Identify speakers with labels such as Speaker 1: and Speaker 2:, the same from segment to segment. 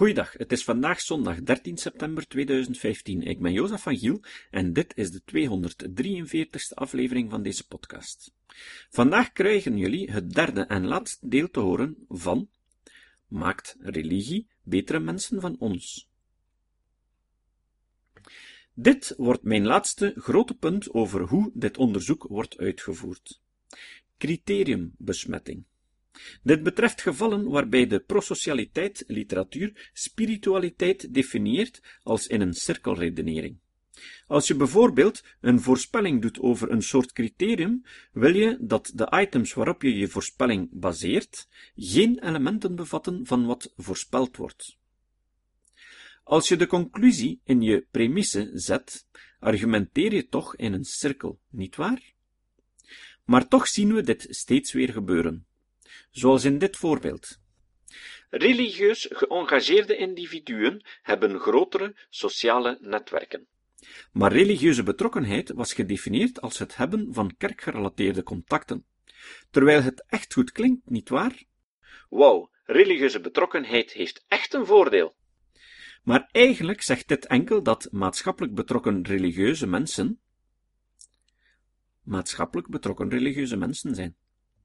Speaker 1: Goeiedag, het is vandaag zondag 13 september 2015. Ik ben Jozef van Giel en dit is de 243ste aflevering van deze podcast. Vandaag krijgen jullie het derde en laatste deel te horen van Maakt religie betere mensen van ons? Dit wordt mijn laatste grote punt over hoe dit onderzoek wordt uitgevoerd. Criteriumbesmetting. Dit betreft gevallen waarbij de prosocialiteit literatuur spiritualiteit definieert als in een cirkelredenering. Als je bijvoorbeeld een voorspelling doet over een soort criterium, wil je dat de items waarop je je voorspelling baseert geen elementen bevatten van wat voorspeld wordt. Als je de conclusie in je premisse zet, argumenteer je toch in een cirkel, nietwaar? Maar toch zien we dit steeds weer gebeuren. Zoals in dit voorbeeld. Religieus geëngageerde individuen hebben grotere sociale netwerken. Maar religieuze betrokkenheid was gedefinieerd als het hebben van kerkgerelateerde contacten. Terwijl het echt goed klinkt, nietwaar? Wauw, religieuze betrokkenheid heeft echt een voordeel. Maar eigenlijk zegt dit enkel dat maatschappelijk betrokken religieuze mensen zijn.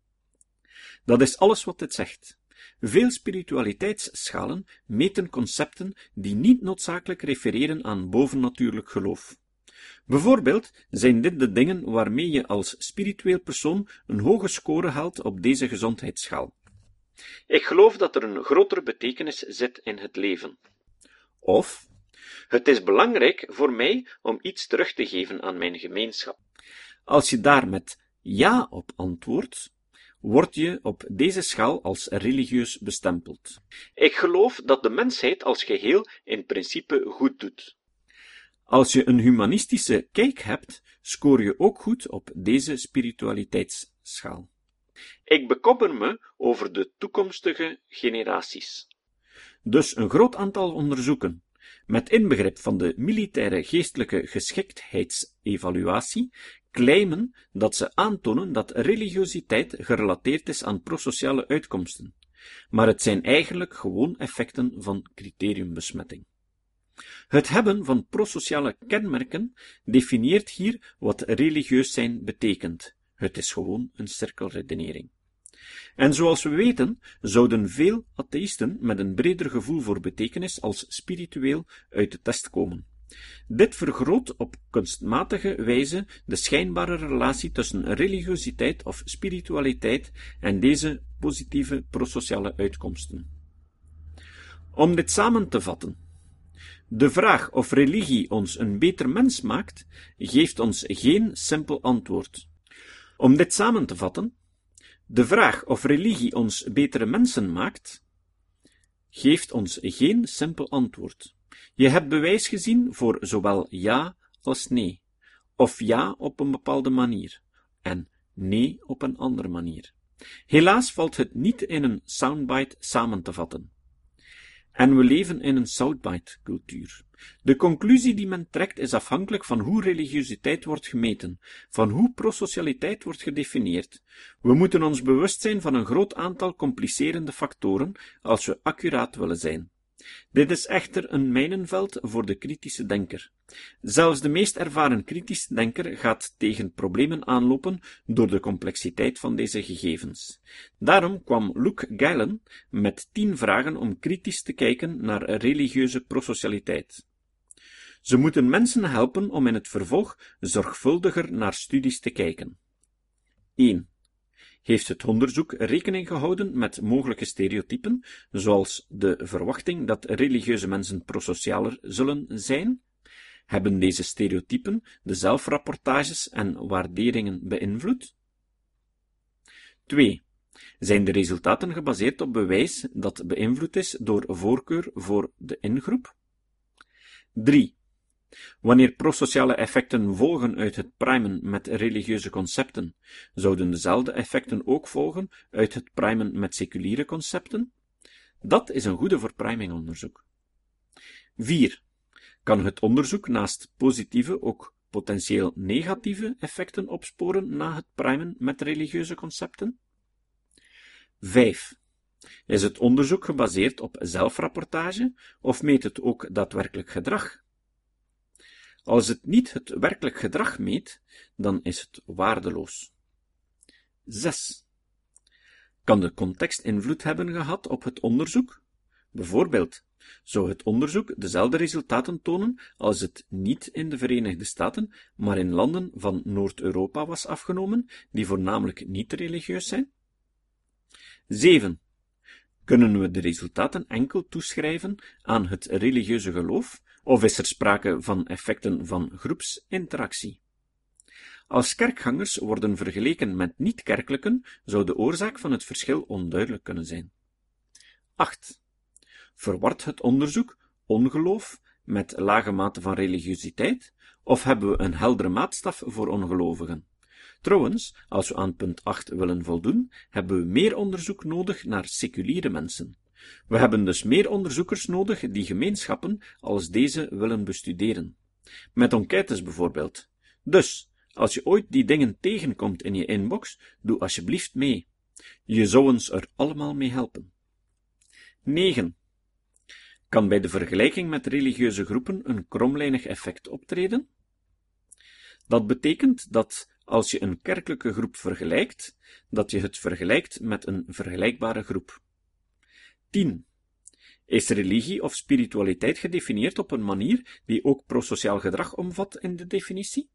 Speaker 1: Dat is alles wat dit zegt. Veel spiritualiteitsschalen meten concepten die niet noodzakelijk refereren aan bovennatuurlijk geloof. Bijvoorbeeld zijn dit de dingen waarmee je als spiritueel persoon een hoge score haalt op deze gezondheidsschaal. Ik geloof dat er een grotere betekenis zit in het leven. Of, het is belangrijk voor mij om iets terug te geven aan mijn gemeenschap. Als je daar met ja op antwoordt, word je op deze schaal als religieus bestempeld. Ik geloof dat de mensheid als geheel in principe goed doet. Als je een humanistische kijk hebt, scoor je ook goed op deze spiritualiteitsschaal. Ik bekommer me over de toekomstige generaties. Dus een groot aantal onderzoeken, met inbegrip van de militaire geestelijke geschiktheidsevaluatie, claimen dat ze aantonen dat religiositeit gerelateerd is aan prosociale uitkomsten, maar het zijn eigenlijk gewoon effecten van criteriumbesmetting. Het hebben van prosociale kenmerken definieert hier wat religieus zijn betekent. Het is gewoon een cirkelredenering. En zoals we weten, zouden veel atheïsten met een breder gevoel voor betekenis als spiritueel uit de test komen. Dit vergroot op kunstmatige wijze de schijnbare relatie tussen religiositeit of spiritualiteit en deze positieve prosociale uitkomsten. Om dit samen te vatten. De vraag of religie ons een beter mens maakt, geeft ons geen simpel antwoord. Om dit samen te vatten. De vraag of religie ons betere mensen maakt, geeft ons geen simpel antwoord. Je hebt bewijs gezien voor zowel ja als nee, of ja op een bepaalde manier, en nee op een andere manier. Helaas valt het niet in een soundbite samen te vatten. En we leven in een soundbite-cultuur. De conclusie die men trekt is afhankelijk van hoe religiositeit wordt gemeten, van hoe prosocialiteit wordt gedefinieerd. We moeten ons bewust zijn van een groot aantal complicerende factoren als we accuraat willen zijn. Dit is echter een mijnenveld voor de kritische denker. Zelfs de meest ervaren kritische denker gaat tegen problemen aanlopen door de complexiteit van deze gegevens. Daarom kwam Luke Gallen met 10 vragen om kritisch te kijken naar religieuze prosocialiteit. Ze moeten mensen helpen om in het vervolg zorgvuldiger naar studies te kijken. 1. Heeft het onderzoek rekening gehouden met mogelijke stereotypen, zoals de verwachting dat religieuze mensen prosocialer zullen zijn? Hebben deze stereotypen de zelfrapportages en waarderingen beïnvloed? 2. Zijn de resultaten gebaseerd op bewijs dat beïnvloed is door voorkeur voor de ingroep? 3. Wanneer prosociale effecten volgen uit het primen met religieuze concepten, zouden dezelfde effecten ook volgen uit het primen met seculiere concepten? Dat is een goede voor primingonderzoek. 4. Kan het onderzoek naast positieve ook potentieel negatieve effecten opsporen na het primen met religieuze concepten? 5. Is het onderzoek gebaseerd op zelfrapportage, of meet het ook daadwerkelijk gedrag? Als het niet het werkelijk gedrag meet, dan is het waardeloos. 6. Kan de context invloed hebben gehad op het onderzoek? Bijvoorbeeld, zou het onderzoek dezelfde resultaten tonen als het niet in de Verenigde Staten, maar in landen van Noord-Europa was afgenomen, die voornamelijk niet religieus zijn? 7. Kunnen we de resultaten enkel toeschrijven aan het religieuze geloof, of is er sprake van effecten van groepsinteractie? Als kerkgangers worden vergeleken met niet-kerkelijken, zou de oorzaak van het verschil onduidelijk kunnen zijn. 8. Verwart het onderzoek ongeloof met lage mate van religiositeit, of hebben we een heldere maatstaf voor ongelovigen? Trouwens, als we aan punt 8 willen voldoen, hebben we meer onderzoek nodig naar seculiere mensen. We hebben dus meer onderzoekers nodig die gemeenschappen als deze willen bestuderen. Met enquêtes bijvoorbeeld. Dus, als je ooit die dingen tegenkomt in je inbox, doe alsjeblieft mee. Je zou ons er allemaal mee helpen. 9. Kan bij de vergelijking met religieuze groepen een kromlijnig effect optreden? Dat betekent dat, als je een kerkelijke groep vergelijkt, dat je het vergelijkt met een vergelijkbare groep. 10. Is religie of spiritualiteit gedefinieerd op een manier die ook prosociaal gedrag omvat in de definitie?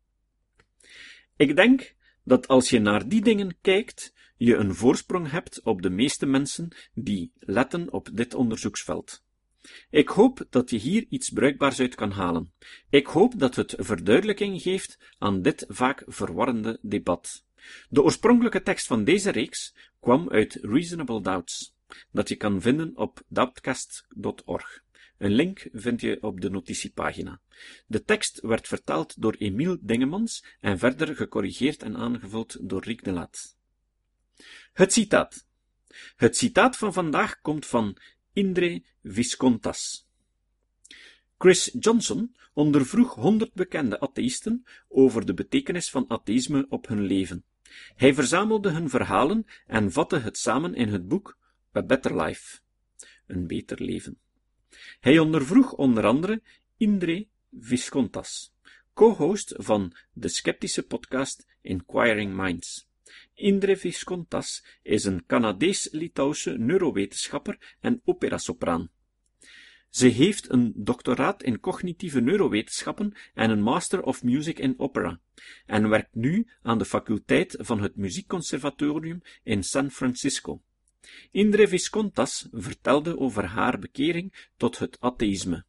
Speaker 1: Ik denk dat als je naar die dingen kijkt, je een voorsprong hebt op de meeste mensen die letten op dit onderzoeksveld. Ik hoop dat je hier iets bruikbaars uit kan halen. Ik hoop dat het verduidelijking geeft aan dit vaak verwarrende debat. De oorspronkelijke tekst van deze reeks kwam uit Reasonable Doubts, dat je kan vinden op doubtcast.org. Een link vind je op de notitiepagina. De tekst werd vertaald door Emiel Dingemans en verder gecorrigeerd en aangevuld door Riek de Laat. Het citaat. Het citaat van vandaag komt van Indre Viscontas. Chris Johnson ondervroeg 100 bekende atheïsten over de betekenis van atheïsme op hun leven. Hij verzamelde hun verhalen en vatte het samen in het boek A Better Life, een beter leven. Hij ondervroeg onder andere Indre Viscontas, co-host van de sceptische podcast Inquiring Minds. Indre Viscontas is een Canadees-Litouwse neurowetenschapper en operasopraan. Ze heeft een doctoraat in cognitieve neurowetenschappen en een Master of Music in Opera, en werkt nu aan de faculteit van het Muziekconservatorium in San Francisco. Indre Viscontas vertelde over haar bekering tot het atheïsme.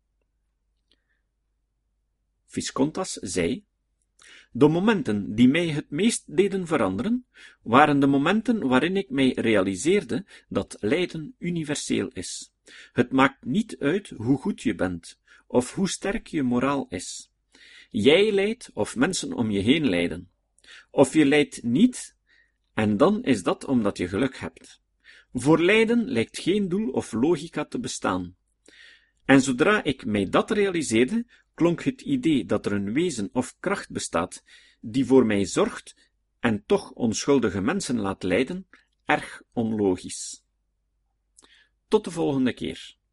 Speaker 1: Viscontas zei: de momenten die mij het meest deden veranderen, waren de momenten waarin ik mij realiseerde dat lijden universeel is. Het maakt niet uit hoe goed je bent, of hoe sterk je moraal is. Jij lijdt of mensen om je heen lijden. Of je lijdt niet, en dan is dat omdat je geluk hebt. Voor lijden lijkt geen doel of logica te bestaan. En zodra ik mij dat realiseerde, klonk het idee dat er een wezen of kracht bestaat die voor mij zorgt en toch onschuldige mensen laat lijden, erg onlogisch. Tot de volgende keer.